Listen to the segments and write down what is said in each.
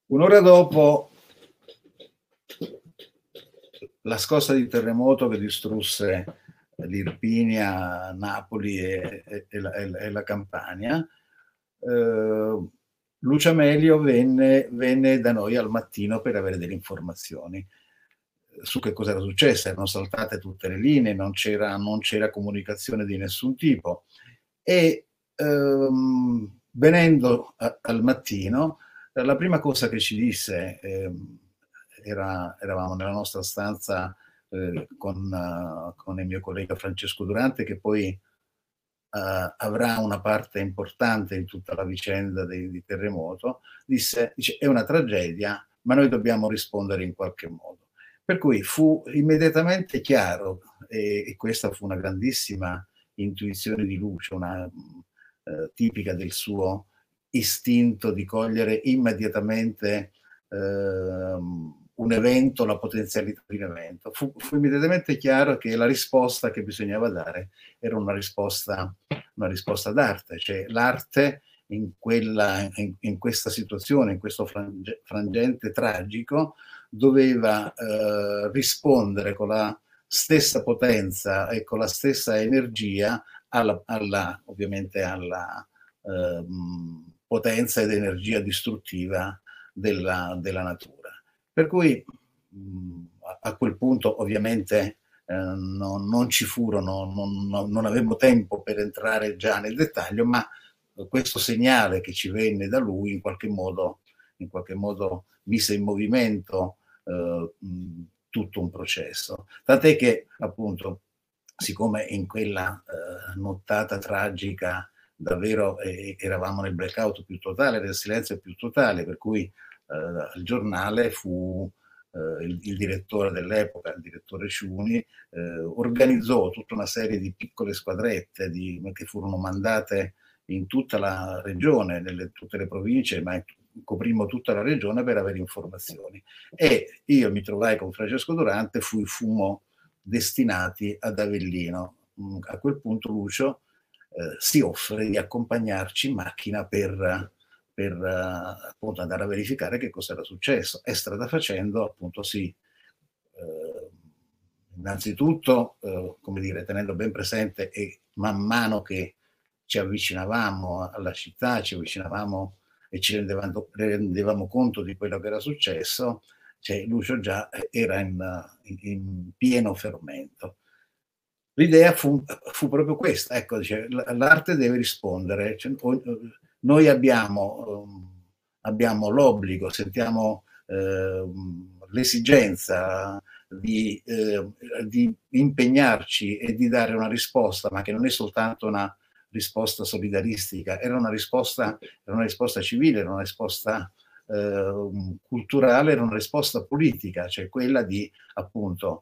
Un'ora dopo la scossa di terremoto che distrusse l'Irpinia, Napoli e la Campania, Lucio Amelio venne da noi al mattino per avere delle informazioni su che cosa era successo. Erano saltate tutte le linee, non c'era comunicazione di nessun tipo e venendo al mattino la prima cosa che ci disse, eravamo nella nostra stanza con il mio collega Francesco Durante, che poi avrà una parte importante in tutta la vicenda di terremoto, dice è una tragedia, ma noi dobbiamo rispondere in qualche modo. Per cui fu immediatamente chiaro, e questa fu una grandissima intuizione di Lucio, tipica del suo istinto di cogliere immediatamente un evento, la potenzialità di un evento. Fu immediatamente chiaro che la risposta che bisognava dare era una risposta d'arte, cioè l'arte in questa situazione, in questo frangente tragico, doveva rispondere con la stessa potenza e con la stessa energia ovviamente alla potenza ed energia distruttiva della natura. Per cui a quel punto ovviamente non ci furono, non avevamo tempo per entrare già nel dettaglio, ma questo segnale che ci venne da lui in qualche modo mise in movimento tutto un processo. Tant'è che appunto, siccome in quella nottata tragica davvero eravamo nel blackout più totale, nel silenzio più totale, per cui al giornale fu il direttore dell'epoca, il direttore Ciuni, organizzò tutta una serie di piccole squadrette che furono mandate in tutta la regione, tutte le province, ma coprimmo tutta la regione per avere informazioni. E io mi trovai con Francesco Durante, fummo destinati ad Avellino. A quel punto Lucio si offre di accompagnarci in macchina per appunto andare a verificare che cosa era successo, e strada facendo appunto innanzitutto come dire, tenendo ben presente, e man mano che ci avvicinavamo alla città, ci avvicinavamo e ci rendevamo conto di quello che era successo, cioè Lucio già era in pieno fermento. L'idea fu proprio questa, ecco, cioè, l'arte deve rispondere, cioè, noi abbiamo l'obbligo, sentiamo l'esigenza di impegnarci e di dare una risposta, ma che non è soltanto una risposta solidaristica, era una risposta civile, era una risposta culturale, era una risposta politica, cioè quella di appunto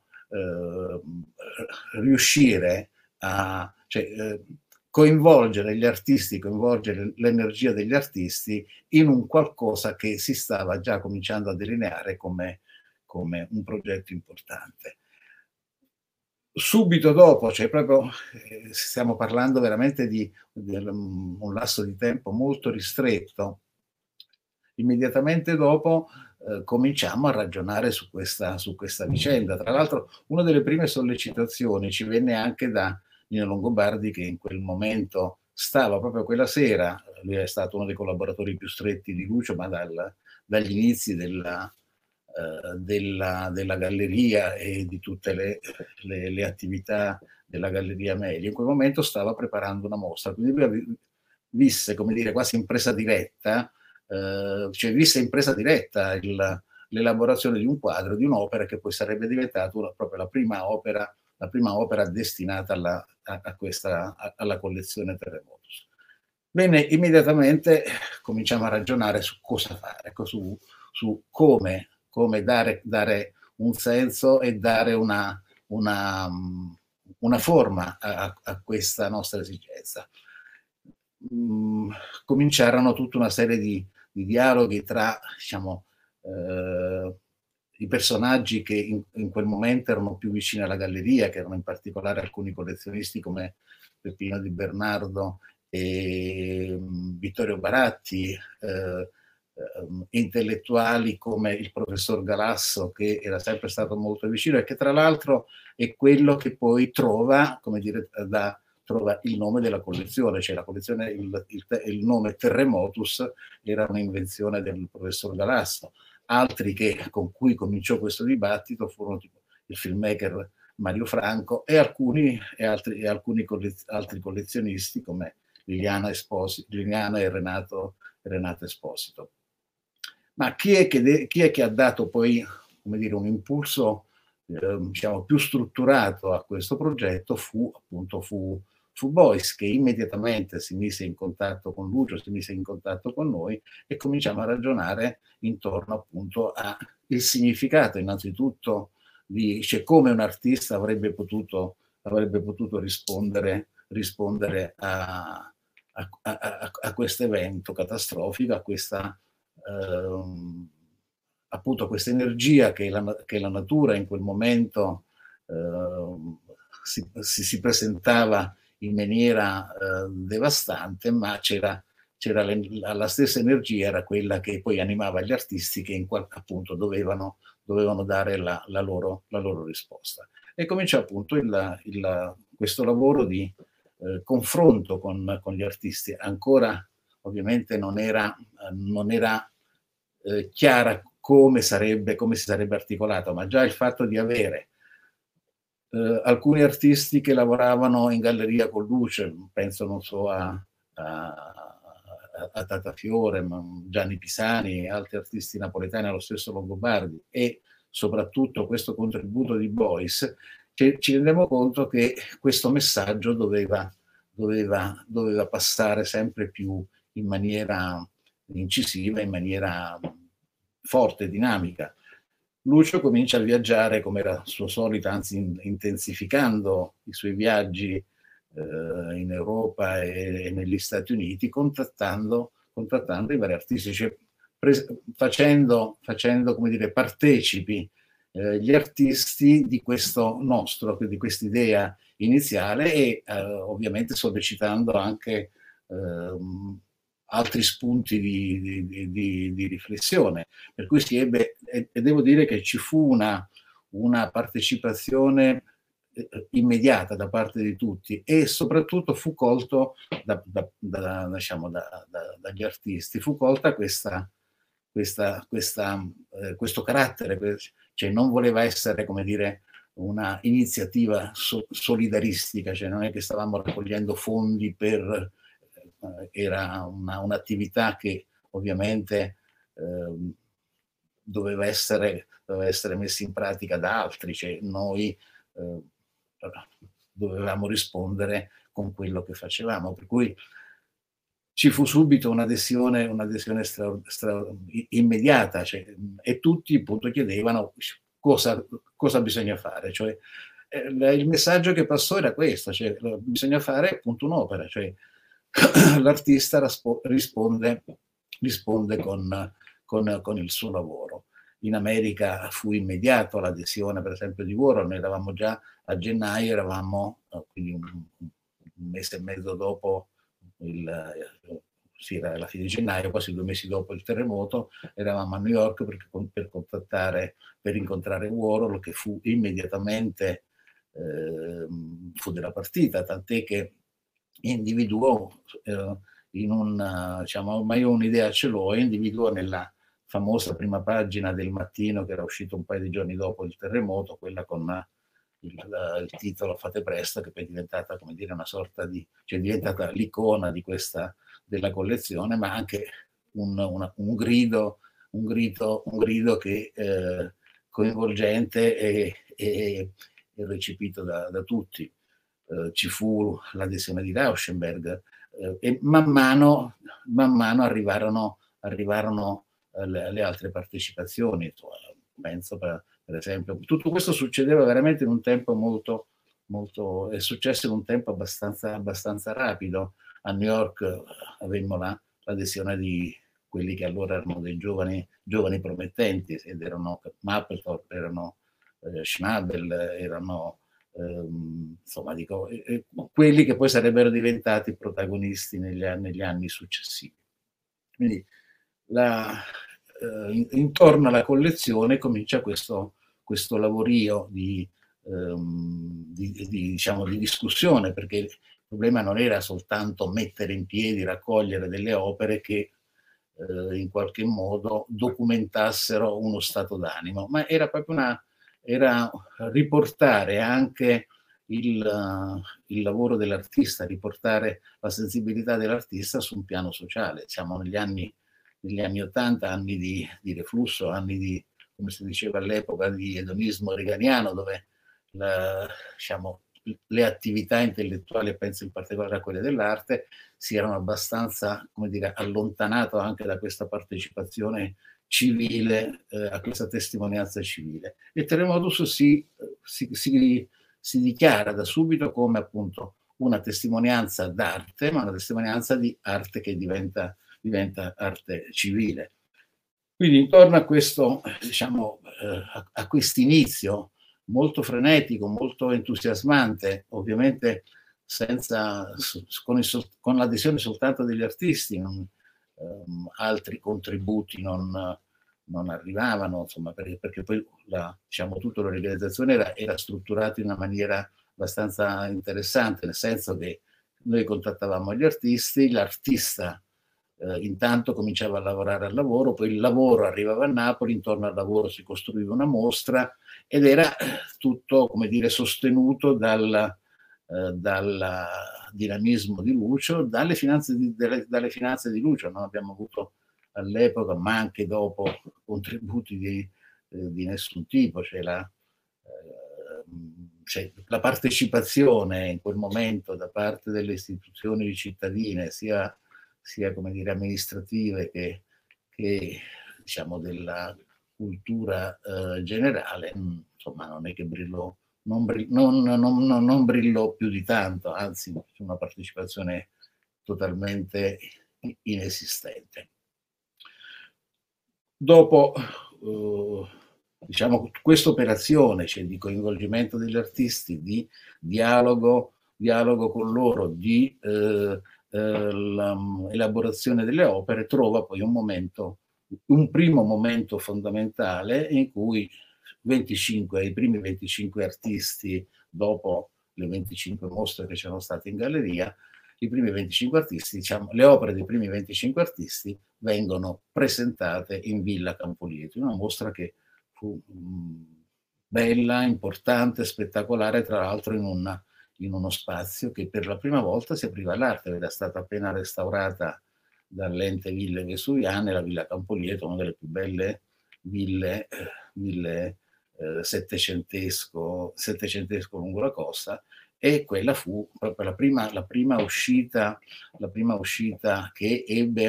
riuscire a coinvolgere gli artisti, coinvolgere l'energia degli artisti in un qualcosa che si stava già cominciando a delineare come un progetto importante. Subito dopo, cioè proprio stiamo parlando veramente di un lasso di tempo molto ristretto, immediatamente dopo cominciamo a ragionare su questa vicenda. Tra l'altro una delle prime sollecitazioni ci venne anche da Nino Longobardi, che in quel momento stava proprio quella sera, lui è stato uno dei collaboratori più stretti di Lucio, ma dagli inizi della galleria e di tutte le attività della Galleria Amelio. In quel momento stava preparando una mostra, quindi lui visse, come dire, quasi in presa diretta, visse in presa diretta l'elaborazione di un quadro, di un'opera che poi sarebbe diventata proprio la prima opera destinata alla collezione Terremotus. Bene, immediatamente cominciamo a ragionare su cosa fare, su come dare un senso e dare una forma a questa nostra esigenza. Cominciarono tutta una serie di dialoghi tra, diciamo, i personaggi che in quel momento erano più vicini alla galleria, che erano in particolare alcuni collezionisti come Peppino Di Bernardo e Vittorio Baratti, intellettuali come il professor Galasso, che era sempre stato molto vicino e che tra l'altro è quello che poi trova, come dire, trova il nome della collezione, cioè la collezione, il nome Terremotus era un'invenzione del professor Galasso. Altri con cui cominciò questo dibattito furono tipo il filmmaker Mario Franco e altri collezionisti come Liliana e Renato Esposito. Ma chi è che ha dato poi, come dire, un impulso diciamo, più strutturato a questo progetto fu Boyce, che immediatamente si mise in contatto con Lucio, si mise in contatto con noi e cominciamo a ragionare intorno appunto al significato innanzitutto di cioè, come un artista avrebbe potuto rispondere a questo evento catastrofico, a questa appunto questa energia che la natura in quel momento si presentava in maniera devastante, ma c'era la stessa energia, era quella che poi animava gli artisti che appunto dovevano dare la loro risposta. E comincia appunto questo lavoro di confronto con gli artisti. Ancora ovviamente non era chiara come si sarebbe articolato, ma già il fatto di avere alcuni artisti che lavoravano in galleria con luce, penso non so a Tata Fiore, Gianni Pisani, altri artisti napoletani, lo stesso Longobardi, e soprattutto questo contributo di Boyce, ci rendiamo conto che questo messaggio doveva passare sempre più in maniera incisiva, in maniera forte, dinamica. Lucio comincia a viaggiare come era suo solito, anzi intensificando i suoi viaggi in Europa e negli Stati Uniti, contattando i vari artisti, cioè facendo come dire, partecipi gli artisti di questo di questa idea iniziale e ovviamente sollecitando anche altri spunti di riflessione. Per cui si ebbe, e devo dire che ci fu una partecipazione immediata da parte di tutti e soprattutto fu colto diciamo, dagli artisti, fu colta questo carattere, cioè non voleva essere, come dire, una iniziativa solidaristica, cioè non è che stavamo raccogliendo fondi era un'attività che ovviamente doveva essere messa in pratica da altri, cioè noi dovevamo rispondere con quello che facevamo, per cui ci fu subito un'adesione immediata, cioè, e tutti appunto chiedevano cosa bisogna fare, cioè il messaggio che passò era questo, cioè bisogna fare appunto un'opera, cioè l'artista risponde con il suo lavoro. In America fu immediato l'adesione, per esempio, di Warhol. Noi eravamo già a gennaio, eravamo quindi un mese e mezzo dopo era la fine di gennaio, quasi 2 mesi dopo il terremoto, eravamo a New York per incontrare Warhol, che fu immediatamente fu della partita, tant'è che individuò diciamo, ormai un'idea ce l'ho, individuò nella famosa prima pagina del Mattino, che era uscito un paio di giorni dopo il terremoto, quella con il titolo Fate presto, che poi è diventata, come dire, una sorta cioè è diventata l'icona della collezione, ma anche un grido che coinvolgente e recepito da tutti. Ci fu l'adesione di Rauschenberg e man mano arrivarono le altre partecipazioni. Penso per esempio, tutto questo succedeva veramente in un tempo è successo in un tempo abbastanza rapido. A New York avemmo l'adesione di quelli che allora erano dei giovani promettenti, ed erano Mapplethorpe, erano Schnabel, erano insomma, dico, quelli che poi sarebbero diventati protagonisti negli anni successivi. Quindi intorno alla collezione comincia questo lavorio diciamo, di discussione, perché il problema non era soltanto mettere in piedi, raccogliere delle opere che in qualche modo documentassero uno stato d'animo, ma era proprio era riportare anche il lavoro dell'artista, riportare la sensibilità dell'artista su un piano sociale. Siamo negli anni 80, anni di reflusso, anni di, come si diceva all'epoca, di edonismo reganiano, dove diciamo, le attività intellettuali, e penso in particolare a quelle dell'arte, si erano abbastanza, come dire, allontanato anche da questa partecipazione civile, a questa testimonianza civile. E Terremotus si dichiara da subito come appunto una testimonianza d'arte, ma una testimonianza di arte che diventa arte civile. Quindi intorno a questo, diciamo, a quest'inizio molto frenetico, molto entusiasmante, ovviamente senza, con l'adesione soltanto degli artisti, altri contributi non arrivavano, insomma, perché poi diciamo, tutta l'organizzazione era strutturata in una maniera abbastanza interessante, nel senso che noi contattavamo gli artisti, l'artista intanto cominciava a lavorare al lavoro, poi il lavoro arrivava a Napoli, intorno al lavoro si costruiva una mostra ed era tutto, come dire, sostenuto dal dinamismo di Lucio, dalle finanze di Lucio. Non abbiamo avuto all'epoca, ma anche dopo, contributi di nessun tipo, cioè la partecipazione in quel momento da parte delle istituzioni cittadine, sia come dire, amministrative che diciamo della cultura generale, insomma, non è che non brillò più di tanto, anzi una partecipazione totalmente inesistente. Dopo diciamo, questa operazione, cioè di coinvolgimento degli artisti, di dialogo con loro, di l'elaborazione delle opere, trova poi un primo momento fondamentale in cui i primi 25 artisti, dopo le 25 mostre che c'erano state in galleria, i primi 25 artisti, diciamo, le opere dei primi 25 artisti vengono presentate in Villa Campolieto, una mostra che fu bella, importante, spettacolare, tra l'altro in uno spazio che per la prima volta si apriva all'arte, era stata appena restaurata dall'ente Ville Vesuviane, la Villa Campolieto, una delle più belle ville settecentesco lungo la costa, e quella fu proprio la prima uscita che ebbe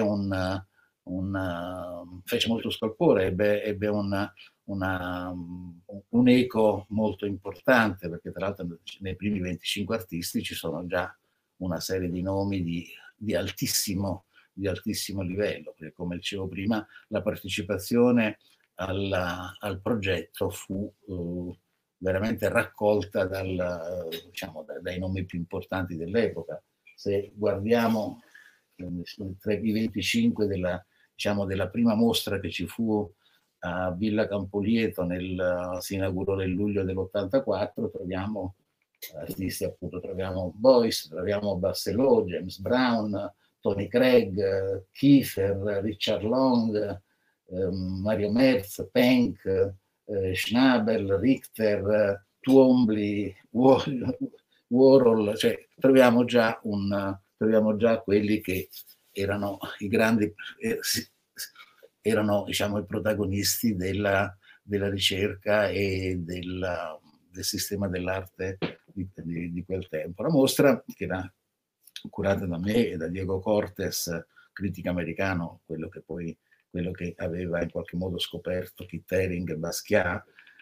fece molto scalpore, ebbe un eco molto importante, perché tra l'altro nei primi 25 artisti ci sono già una serie di nomi di altissimo livello, perché come dicevo prima la partecipazione al progetto fu veramente raccolta diciamo, dai nomi più importanti dell'epoca. Se guardiamo tra i 25 diciamo, della prima mostra che ci fu a Villa Campolieto, si inaugurò nel luglio dell'84, troviamo artisti, appunto, troviamo Boyce, troviamo Barceló, James Brown, Tony Craig, Kiefer, Richard Long, Mario Merz, Penck, Schnabel, Richter, Twombly, Warhol, cioè troviamo già quelli che erano i grandi, erano, diciamo, i protagonisti della ricerca e del sistema dell'arte di quel tempo. La mostra, che era curata da me e da Diego Cortes, critico americano, quello che aveva in qualche modo scoperto Kit Haring e Basquiat,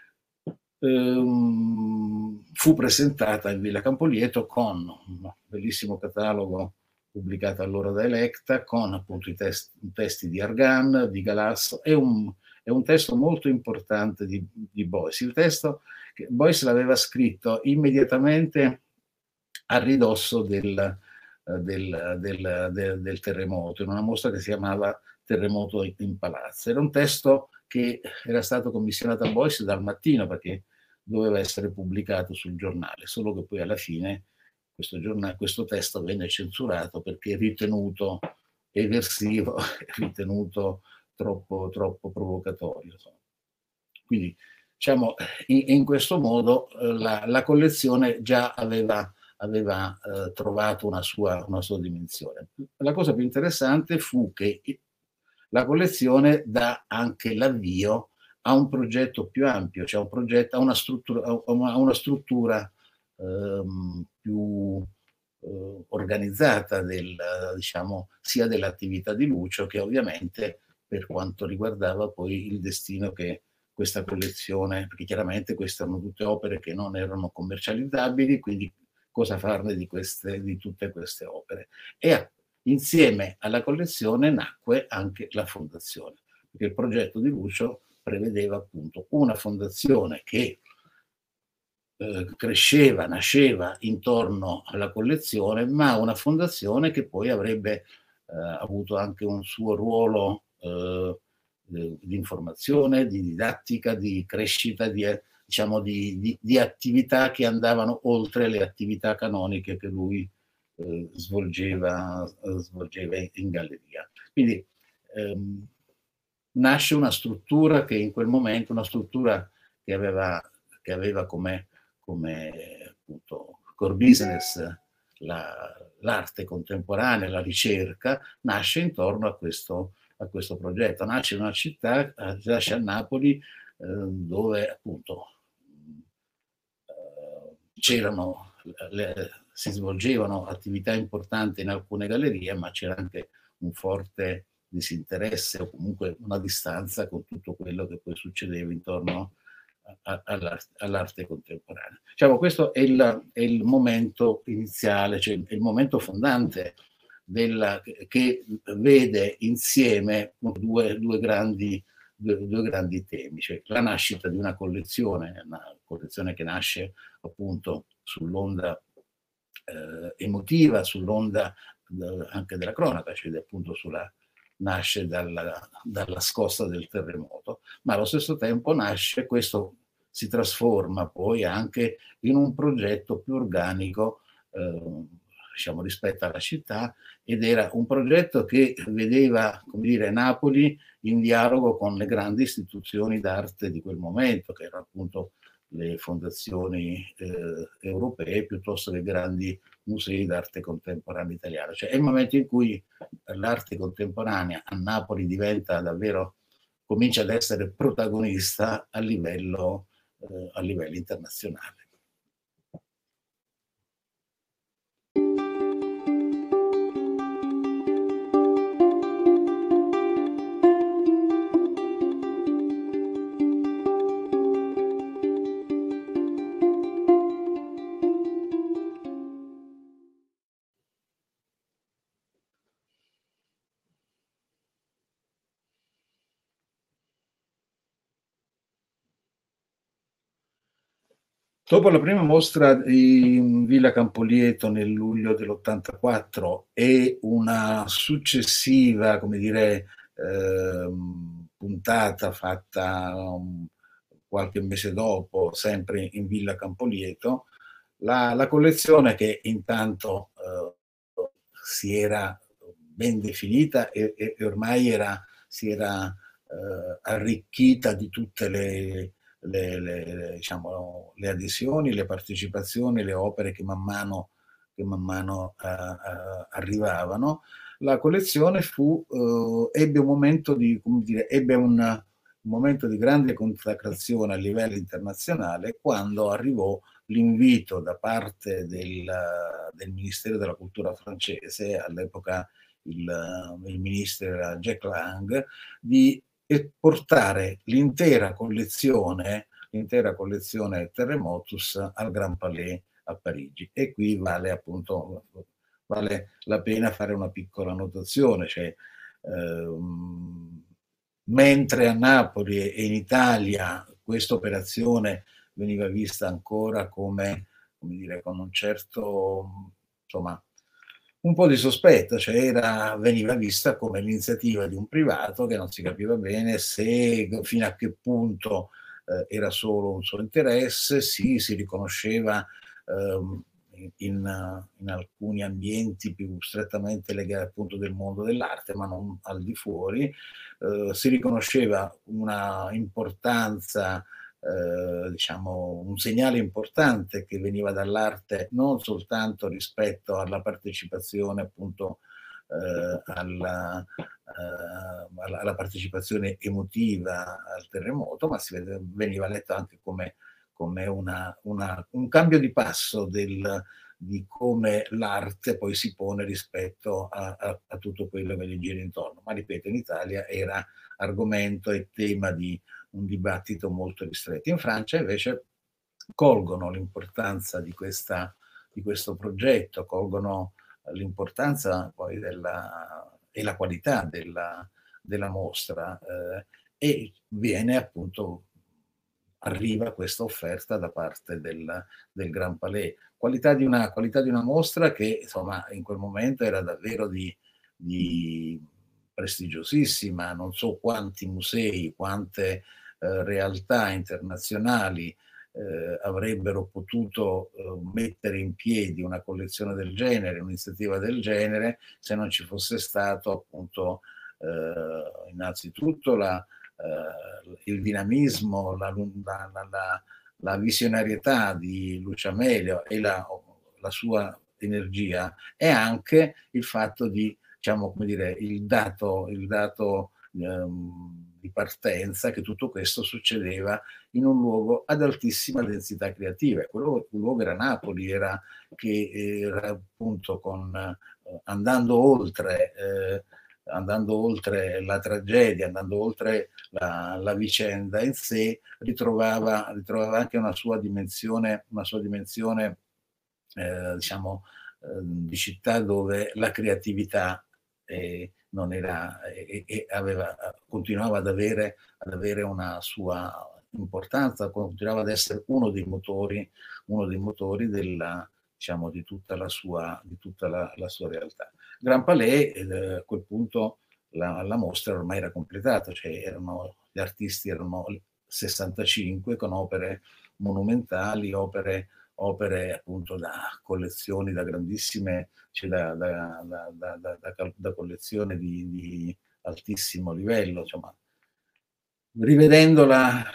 fu presentata in Villa Campolieto con un bellissimo catalogo pubblicato allora da Electa, con appunto i testi di Argan, di Galasso, e un testo molto importante di Boyce. Il testo che Boyce l'aveva scritto immediatamente a ridosso del terremoto, in una mostra che si chiamava Terremoto in Palazzo. Era un testo che era stato commissionato a Beuys dal Mattino, perché doveva essere pubblicato sul giornale, solo che poi alla fine questo testo venne censurato perché ritenuto eversivo, ritenuto troppo provocatorio. Quindi, diciamo, in questo modo la collezione già aveva trovato una sua dimensione. La cosa più interessante fu che la collezione dà anche l'avvio a un progetto più ampio, cioè a una struttura più organizzata diciamo, sia dell'attività di Lucio che ovviamente per quanto riguardava poi il destino che questa collezione, perché chiaramente queste erano tutte opere che non erano commercializzabili, quindi cosa farne di tutte queste opere. E insieme alla collezione nacque anche la fondazione, perché il progetto di Lucio prevedeva appunto una fondazione che nasceva intorno alla collezione, ma una fondazione che poi avrebbe avuto anche un suo ruolo di informazione, di didattica, di crescita, diciamo di attività che andavano oltre le attività canoniche che lui svolgeva in galleria. Quindi nasce una struttura che in quel momento, una struttura che aveva come appunto core business l'arte contemporanea, la ricerca, nasce intorno a questo progetto. Nasce in una città, nasce a Napoli, dove appunto si svolgevano attività importanti in alcune gallerie, ma c'era anche un forte disinteresse o comunque una distanza con tutto quello che poi succedeva intorno all'arte contemporanea. Diciamo, questo è il momento iniziale, cioè il momento fondante che vede insieme due grandi temi, cioè la nascita di una collezione che nasce appunto sull'onda emotiva, sull'onda anche della cronaca, cioè appunto nasce dalla scossa del terremoto, ma allo stesso tempo questo si trasforma poi anche in un progetto più organico diciamo, rispetto alla città, ed era un progetto che vedeva, come dire, Napoli in dialogo con le grandi istituzioni d'arte di quel momento, che erano appunto le fondazioni europee piuttosto che grandi musei d'arte contemporanea italiana. Cioè è il momento in cui l'arte contemporanea a Napoli comincia ad essere protagonista a livello internazionale. Dopo la prima mostra in Villa Campolieto nel luglio dell'84 e una successiva, come dire, puntata fatta qualche mese dopo, sempre in Villa Campolieto, la collezione, che intanto si era ben definita e ormai si era arricchita di tutte diciamo, le adesioni, le partecipazioni, le opere che man mano arrivavano. La collezione ebbe un momento di, come dire, un momento di grande consacrazione a livello internazionale quando arrivò l'invito da parte del Ministero della Cultura francese, all'epoca il ministro era Jack Lang, di portare l'intera collezione Terremotus al Grand Palais a Parigi. E qui vale la pena fare una piccola notazione, cioè mentre a Napoli e in Italia questa operazione veniva vista ancora come dire, con un certo, insomma, un po' di sospetto, cioè veniva vista come l'iniziativa di un privato che non si capiva bene se, fino a che punto era solo un suo interesse. Sì, si riconosceva in alcuni ambienti più strettamente legati appunto del mondo dell'arte, ma non al di fuori. Si riconosceva una importanza, diciamo, un segnale importante che veniva dall'arte, non soltanto rispetto alla partecipazione appunto alla partecipazione emotiva al terremoto, ma veniva letto anche come un cambio di passo di come l'arte poi si pone rispetto a tutto quello che gli gira intorno. Ma ripeto, in Italia era argomento e tema di un dibattito molto ristretto. In Francia invece colgono l'importanza di questo progetto, colgono l'importanza poi e la qualità della mostra, e viene appunto, arriva questa offerta da parte del Grand Palais. Qualità di una mostra che insomma in quel momento era davvero di prestigiosissima, non so quanti musei, quante realtà internazionali avrebbero potuto mettere in piedi una collezione del genere, un'iniziativa del genere, se non ci fosse stato appunto innanzitutto il dinamismo, la visionarietà di Lucio Amelio e la sua energia, e anche il fatto di, diciamo, come dire, il dato di partenza, che tutto questo succedeva in un luogo ad altissima densità creativa. Quello luogo era Napoli, che era appunto andando oltre la tragedia, andando oltre la vicenda in sé, ritrovava anche una sua dimensione diciamo, di città dove la creatività non era, continuava ad avere una sua importanza, continuava ad essere uno dei motori diciamo, di tutta la sua realtà. Grand Palais, a quel punto la mostra ormai era completata, cioè gli artisti erano 65 con opere monumentali, opere appunto da collezioni, da grandissime, cioè da collezioni di altissimo livello, insomma. Rivedendola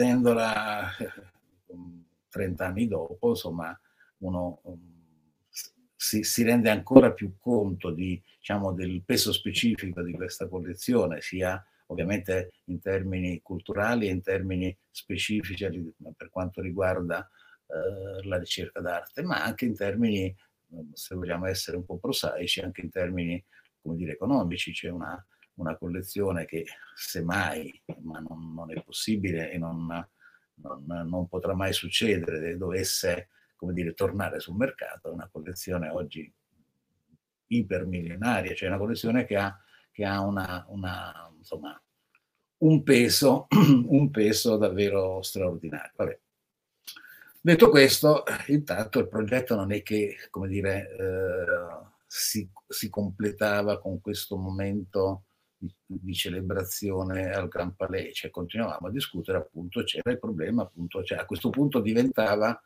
30 anni dopo, insomma, uno si rende ancora più conto diciamo, del peso specifico di questa collezione, sia ovviamente in termini culturali e in termini specifici per quanto riguarda la ricerca d'arte, ma anche in termini, se vogliamo essere un po' prosaici, anche in termini, come dire, economici. C'è una collezione che semmai, ma non è possibile e non potrà mai succedere, dovesse, come dire, tornare sul mercato, è una collezione oggi ipermillenaria, cioè una collezione che ha insomma, un peso davvero straordinario. Vabbè. Detto questo, intanto il progetto non è che, come dire, si completava con questo momento di celebrazione al Grand Palais, cioè continuavamo a discutere, appunto c'era il problema, appunto, cioè a questo punto diventava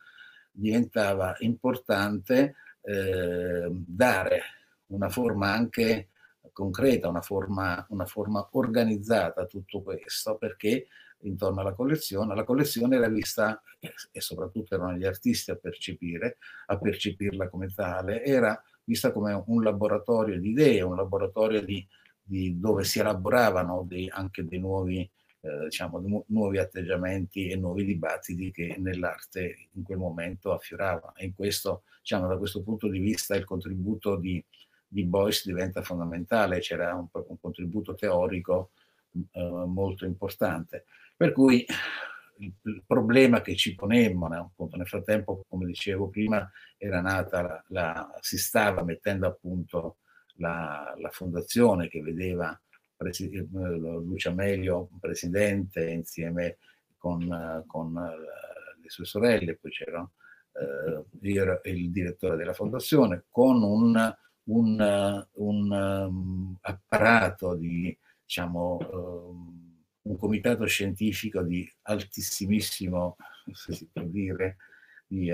importante dare una forma anche concreta, una forma organizzata a tutto questo, perché intorno alla collezione era vista, e soprattutto erano gli artisti a percepirla come tale, era vista come un laboratorio di idee, un laboratorio dove si elaboravano anche dei nuovi, diciamo, nuovi atteggiamenti e nuovi dibattiti che nell'arte in quel momento affioravano. E in questo, diciamo, da questo punto di vista il contributo di Beuys diventa fondamentale, c'era un contributo teorico molto importante. Per cui il problema che ci ponemmo, appunto, nel frattempo, come dicevo prima, era nata si stava mettendo a punto la fondazione che vedeva Lucio Amelio presidente insieme con le sue sorelle, poi c'era io ero il direttore della fondazione, con un apparato di, diciamo, un comitato scientifico di altissimissimo, se si può dire, di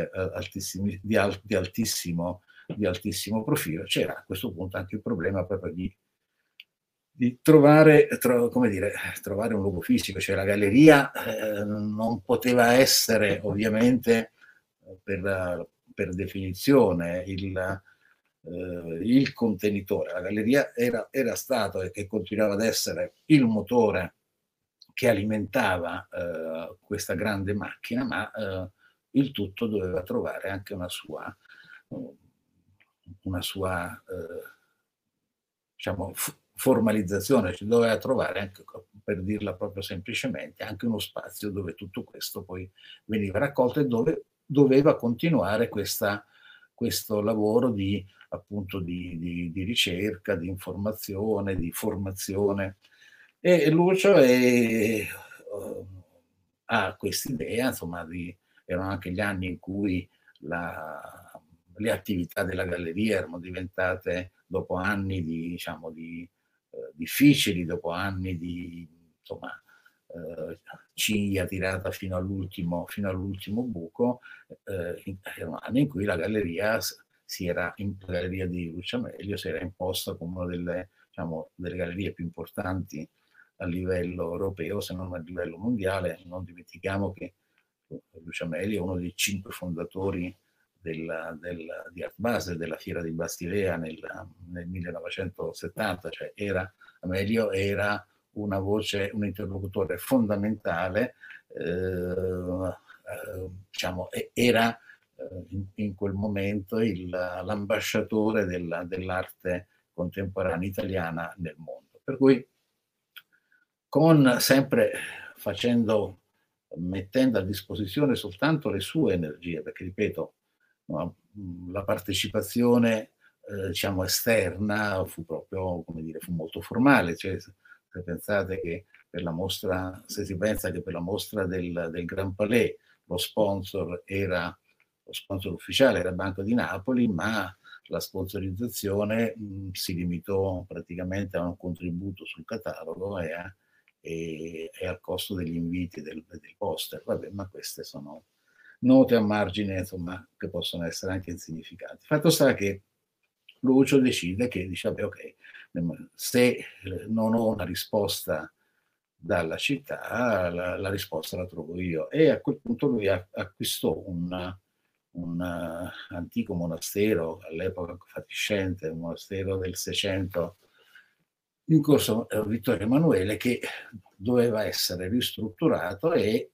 altissimo profilo. C'era a questo punto anche il problema proprio di trovare un luogo fisico, cioè la galleria non poteva essere ovviamente per definizione il contenitore. La galleria era stato e continuava ad essere il motore che alimentava questa grande macchina, ma il tutto doveva trovare anche una sua diciamo, formalizzazione, cioè doveva trovare anche, per dirla proprio semplicemente, anche uno spazio dove tutto questo poi veniva raccolto e dove doveva continuare questo lavoro di, appunto, di ricerca, di informazione, di formazione. E Lucio ha quest'idea, insomma, erano anche gli anni in cui le attività della galleria erano diventate, dopo anni diciamo, difficili, dopo anni di, insomma, ciglia tirata fino all'ultimo buco, erano anni in cui la galleria la galleria di Lucio Amelio si era imposta come una delle gallerie più importanti a livello europeo, se non a livello mondiale. Non dimentichiamo che Lucio Amelio è uno dei 5 fondatori di Art Basel, della Fiera di Basilea nel 1970, cioè Amelio era una voce, un interlocutore fondamentale, diciamo, era in quel momento l'ambasciatore dell'arte contemporanea italiana nel mondo. Per cui, sempre mettendo a disposizione soltanto le sue energie, perché ripeto, la partecipazione diciamo esterna fu proprio, come dire, fu molto formale. Cioè, se pensate che se si pensa che per la mostra del Grand Palais lo sponsor ufficiale era Banco di Napoli, ma la sponsorizzazione si limitò praticamente a un contributo sul catalogo e al costo degli inviti del poster. Vabbè, ma queste sono note a margine, insomma, che possono essere anche insignificanti. Fatto sta che Lucio decide che, dice, vabbè, ok, se non ho una risposta dalla città, la risposta la trovo io. E a quel punto lui acquistò un antico monastero, all'epoca fatiscente, un monastero del 600 in corso Vittorio Emanuele, che doveva essere ristrutturato e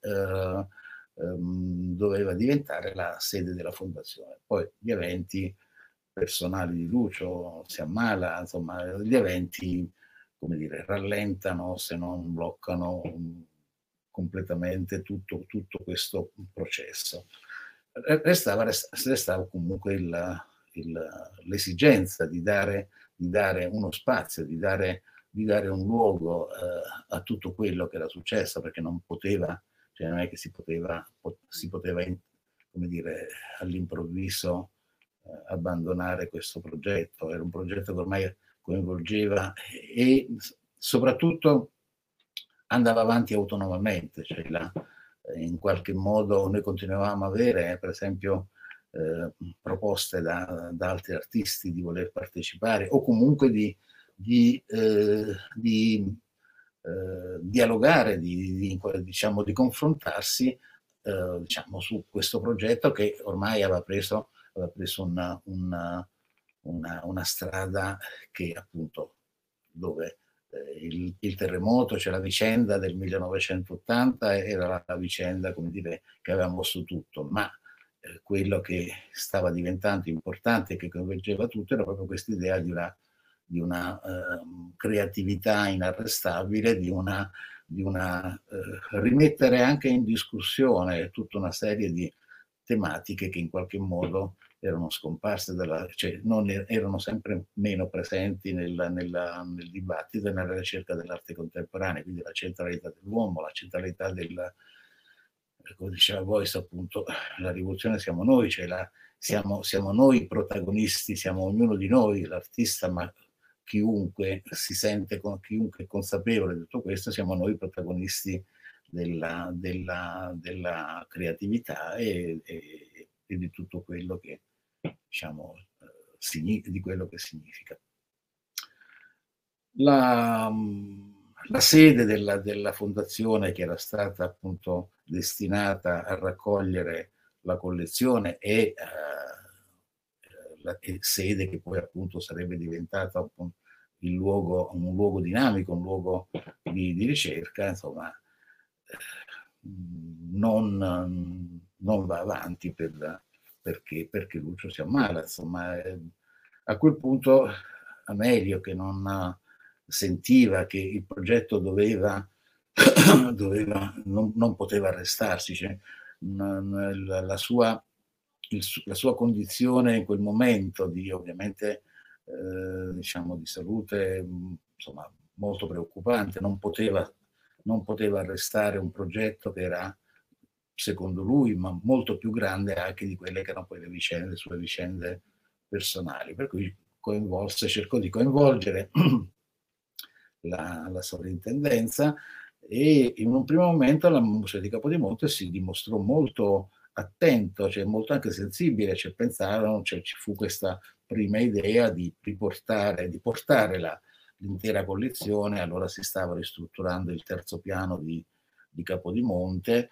doveva diventare la sede della fondazione. Poi gli eventi personali di Lucio, si ammala, insomma, gli eventi, come dire, rallentano, se non bloccano completamente tutto questo processo. Restava comunque l'esigenza di dare uno spazio, di dare un luogo a tutto quello che era successo, perché non è che si poteva come dire, all'improvviso abbandonare questo progetto. Era un progetto che ormai coinvolgeva e soprattutto andava avanti autonomamente, cioè in qualche modo noi continuavamo a avere, per esempio, proposte da altri artisti di voler partecipare o comunque di dialogare, diciamo, di confrontarsi diciamo, su questo progetto che ormai aveva preso una strada che, appunto, dove il terremoto, cioè la vicenda del 1980 era la vicenda, come dire, che aveva mosso tutto, ma quello che stava diventando importante e che coinvolgeva tutto era proprio questa idea di una creatività inarrestabile, di rimettere anche in discussione tutta una serie di tematiche che in qualche modo erano scomparse, cioè erano sempre meno presenti nel dibattito e nella ricerca dell'arte contemporanea, quindi la centralità dell'uomo, la centralità come diceva Boyce, appunto, la rivoluzione siamo noi, cioè siamo noi i protagonisti, siamo ognuno di noi, l'artista, ma chiunque si sente, chiunque è consapevole di tutto questo, siamo noi i protagonisti della creatività e di tutto quello che, diciamo, di quello che significa. La sede della fondazione, che era stata appunto destinata a raccogliere la collezione, e la sede che poi appunto sarebbe diventata appunto un luogo dinamico, un luogo di ricerca, insomma, non va avanti perché Lucio si ammala. Insomma, a quel punto Amelio, che non sentiva che il progetto non poteva arrestarsi, cioè, la sua condizione in quel momento ovviamente diciamo di salute, insomma, molto preoccupante, non poteva arrestare un progetto che era, secondo lui, ma molto più grande anche di quelle che erano poi le sue vicende personali, per cui cercò di coinvolgere la sovrintendenza, e in un primo momento la Museo di Capodimonte si dimostrò molto attento, cioè molto anche sensibile, cioè pensarono, cioè ci fu questa prima idea di portare l'intera collezione. Allora si stava ristrutturando il terzo piano di Capodimonte,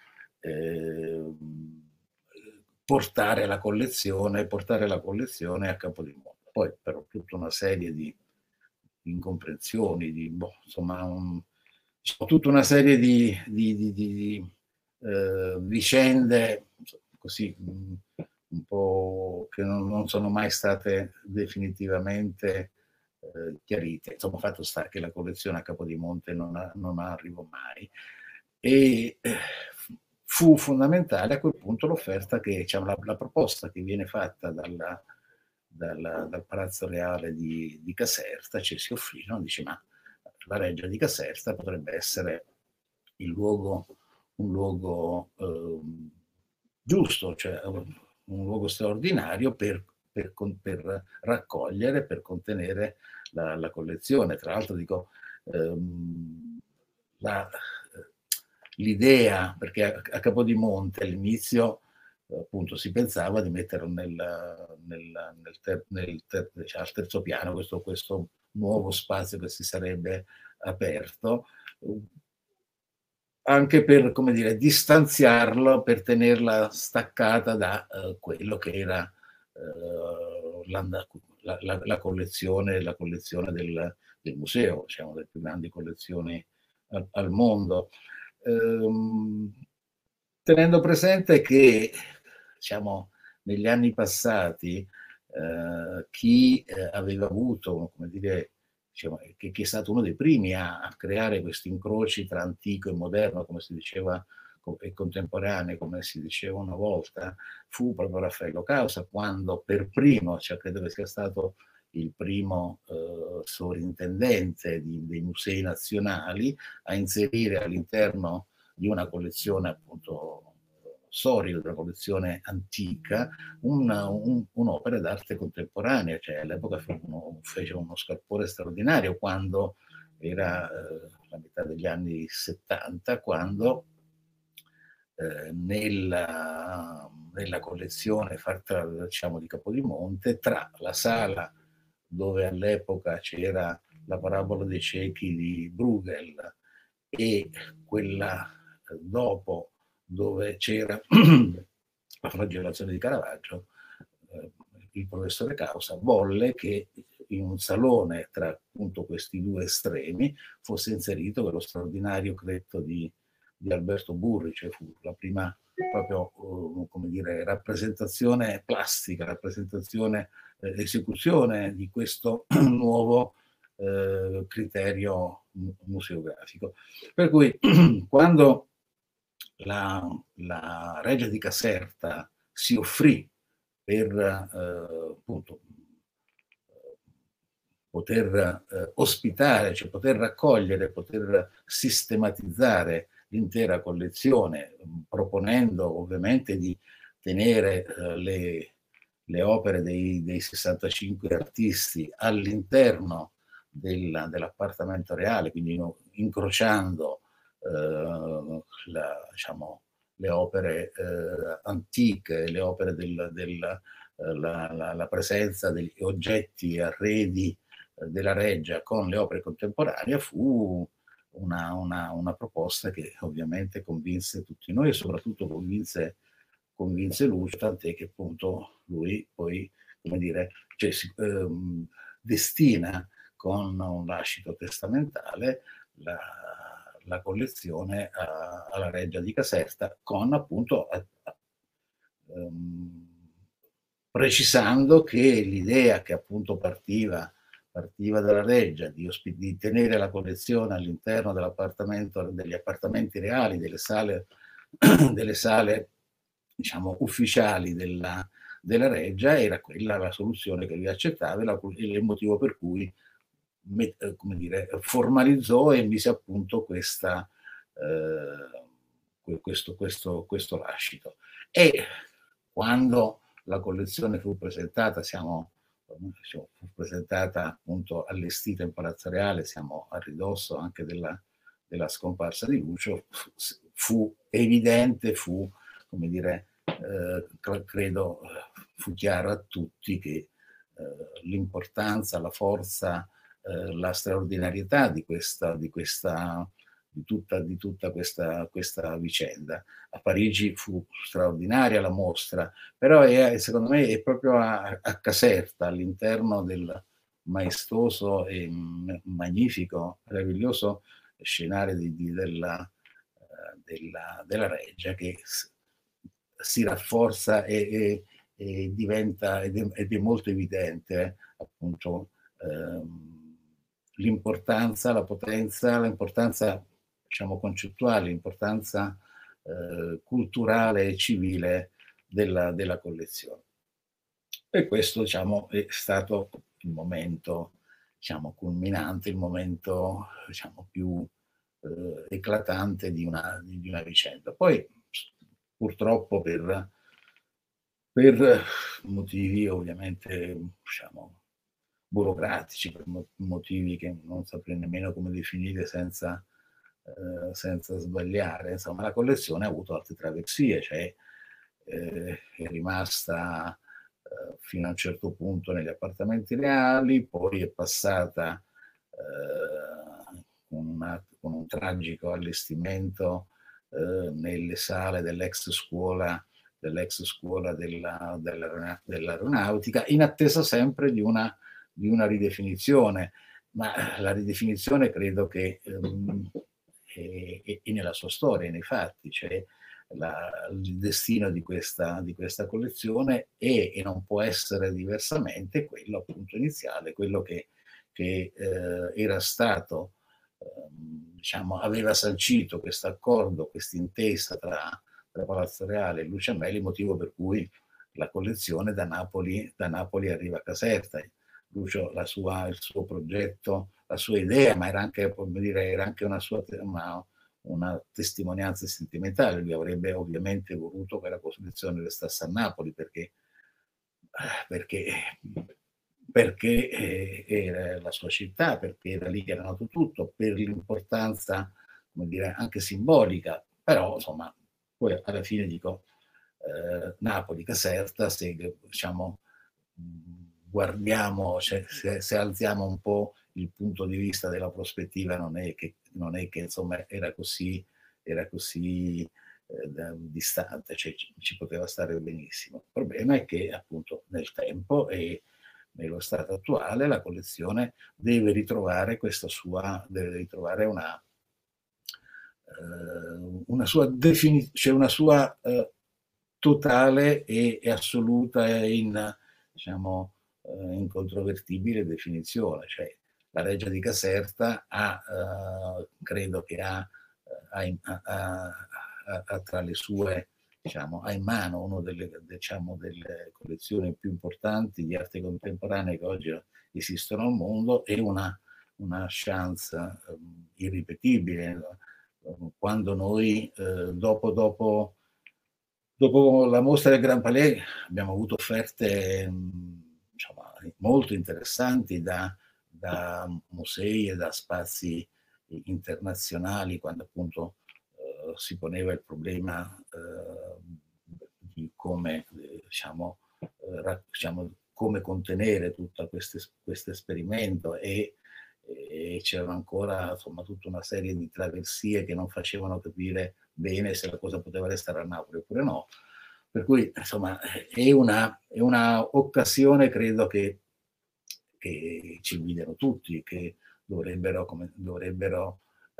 portare la collezione a Capodimonte. Poi però tutta una serie di incomprensioni, insomma, tutta una serie di vicende così un po' che non sono mai state definitivamente chiarite. Insomma, fatto sta che la collezione a Capodimonte non arrivò mai, e fu fondamentale a quel punto l'offerta diciamo, la proposta che viene fatta dal Palazzo Reale di Caserta. Ci si offrirono, dice, ma la Reggia di Caserta potrebbe essere un luogo giusto, cioè un luogo straordinario per raccogliere, per contenere la collezione. Tra l'altro dico, l'idea, perché a Capodimonte all'inizio appunto si pensava di mettere diciamo, al terzo piano questo nuovo spazio che si sarebbe aperto, anche per, come dire, distanziarlo, per tenerla staccata da quello che era la collezione del museo, diciamo, delle più grandi collezioni al mondo. Tenendo presente che, diciamo, negli anni passati chi aveva avuto, come dire, diciamo, che è stato uno dei primi a creare questi incroci tra antico e moderno, come si diceva, e contemporaneo, come si diceva una volta, fu proprio Raffaello Causa, quando per primo, cioè credo che sia stato il primo sovrintendente dei musei nazionali a inserire all'interno di una collezione appunto storica, di una collezione antica, un'opera d'arte contemporanea. Cioè all'epoca fece uno scalpore straordinario quando era la metà degli anni 70, quando nella collezione fatta, diciamo, di Capodimonte, tra la sala dove all'epoca c'era la parabola dei ciechi di Bruegel e quella dopo dove c'era la flagellazione di Caravaggio, il professore Causa volle che in un salone tra appunto questi due estremi fosse inserito quello straordinario cretto di Alberto Burri, cioè fu la prima proprio come dire, rappresentazione plastica, esecuzione di questo nuovo criterio museografico. Per cui quando la Reggia di Caserta si offrì per appunto poter ospitare, cioè poter raccogliere, poter sistematizzare l'intera collezione, proponendo ovviamente di tenere le opere dei 65 artisti all'interno dell'appartamento reale, quindi incrociando diciamo, le opere antiche, le opere la presenza degli oggetti, arredi della Reggia con le opere contemporanee fu una proposta che ovviamente convinse tutti noi e soprattutto convinse Lucio, tant'è che appunto lui poi, come dire, cioè, destina con un lascito testamentale la collezione alla Reggia di Caserta, con appunto precisando che l'idea che appunto partiva dalla Reggia di tenere la collezione all'interno degli appartamenti reali, delle sale diciamo ufficiali della Reggia, era quella la soluzione che lui accettava il motivo per cui come dire, formalizzò e mise a punto questo lascito. E quando la collezione fu presentata, fu presentata appunto allestita in Palazzo Reale, siamo a ridosso anche della scomparsa di Lucio, fu evidente, come dire, credo fu chiaro a tutti che l'importanza, la forza, la straordinarietà di tutta questa vicenda. A Parigi fu straordinaria la mostra, però secondo me è proprio a Caserta, all'interno del maestoso e magnifico, meraviglioso scenario della Reggia, che si rafforza e diventa ed è molto evidente appunto l'importanza, la potenza, l'importanza diciamo concettuale, l'importanza culturale e civile della collezione. E questo diciamo è stato il momento diciamo culminante, il momento diciamo più eclatante di una vicenda. Poi purtroppo per motivi ovviamente diciamo burocratici, per motivi che non saprei nemmeno come definire senza sbagliare, insomma la collezione ha avuto altre traversie, cioè è rimasta fino a un certo punto negli appartamenti reali, poi è passata con un tragico allestimento nelle sale dell'ex scuola dell'aeronautica, in attesa sempre di una ridefinizione, ma la ridefinizione credo che è nella sua storia, nei fatti, cioè il destino di questa collezione è e non può essere diversamente quello appunto iniziale, quello che era stato, diciamo, aveva sancito questo accordo, questa intesa tra Palazzo Reale e Lucio Amelli, motivo per cui la collezione da Napoli arriva a Caserta. Lucio, il suo progetto, la sua idea, ma era anche, come dire, era anche una testimonianza sentimentale. Lui avrebbe ovviamente voluto che la collezione restasse a Napoli perché era la sua città, perché era lì che era nato tutto, per l'importanza, come dire, anche simbolica, però insomma, poi alla fine dico, Napoli, Caserta, se diciamo guardiamo, cioè, se alziamo un po' il punto di vista della prospettiva, non è che insomma era così distante, cioè ci poteva stare benissimo. Il problema è che appunto nel tempo e nello stato attuale la collezione deve ritrovare una sua definizione, cioè una sua totale e assoluta e diciamo, incontrovertibile definizione. Cioè, la Reggia di Caserta credo che ha tra le sue, diciamo, ha in mano una delle collezioni più importanti di arte contemporanea che oggi esistono al mondo e una chance irripetibile quando noi, dopo la mostra del Grand Palais abbiamo avuto offerte insomma, molto interessanti da musei e da spazi internazionali, quando appunto si poneva il problema di come, diciamo, come contenere tutto questo esperimento, e c'era ancora insomma tutta una serie di traversie che non facevano capire bene se la cosa poteva restare a Napoli oppure no. Per cui insomma è una occasione, credo, che ci guidano tutti, che dovrebbero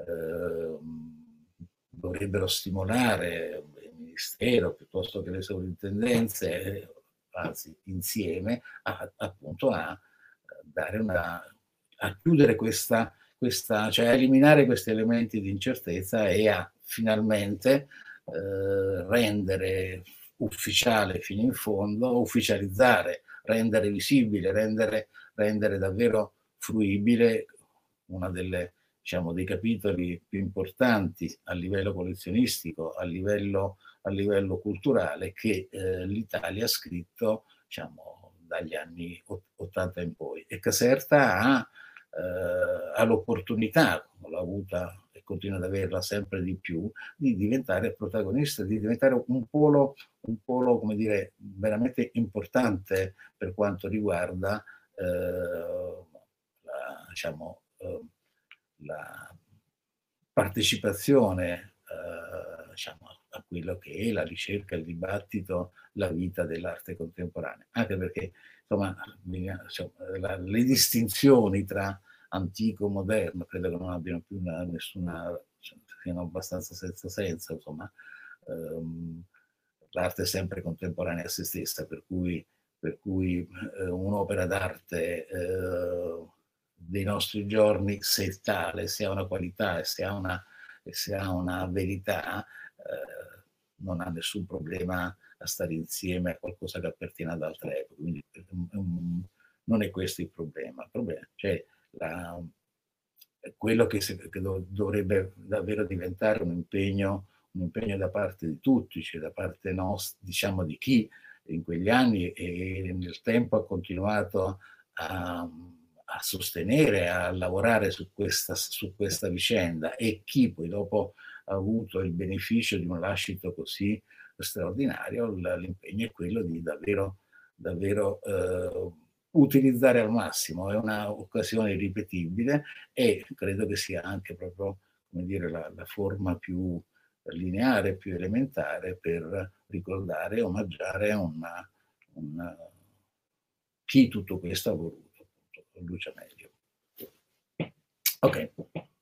stimolare il Ministero piuttosto che le sovrintendenze, anzi insieme, appunto a dare a chiudere cioè a eliminare questi elementi di incertezza e a finalmente rendere ufficiale fino in fondo, ufficializzare, rendere visibile, rendere davvero fruibile una dei capitoli più importanti a livello collezionistico, a livello culturale, che l'Italia ha scritto, diciamo, dagli anni 80 in poi. E Caserta ha l'opportunità, l'ha avuta e continua ad averla sempre di più, di diventare protagonista, di diventare un polo, come dire, veramente importante per quanto riguarda diciamo, la partecipazione diciamo, a quello che è la ricerca, il dibattito, la vita dell'arte contemporanea. Anche perché insomma, le distinzioni tra antico e moderno credo che non abbiano più nessuna, siano abbastanza senza senso. Insomma, l'arte è sempre contemporanea a se stessa, per cui un'opera d'arte dei nostri giorni, se è tale, se ha una qualità e se ha una verità, non ha nessun problema a stare insieme a qualcosa che appartiene ad altre epoche. Quindi non è questo il problema. Cioè quello che dovrebbe davvero diventare un impegno da parte di tutti, cioè da parte nostra, diciamo, di chi in quegli anni e nel tempo ha continuato a sostenere, a lavorare su questa vicenda, e chi poi dopo ha avuto il beneficio di un lascito così straordinario. L'impegno è quello di davvero utilizzare al massimo. È un'occasione irripetibile e credo che sia anche proprio, come dire, la forma più lineare, più elementare per ricordare e omaggiare chi tutto questo ha voluto, appunto, Lucia Meglio. Ok.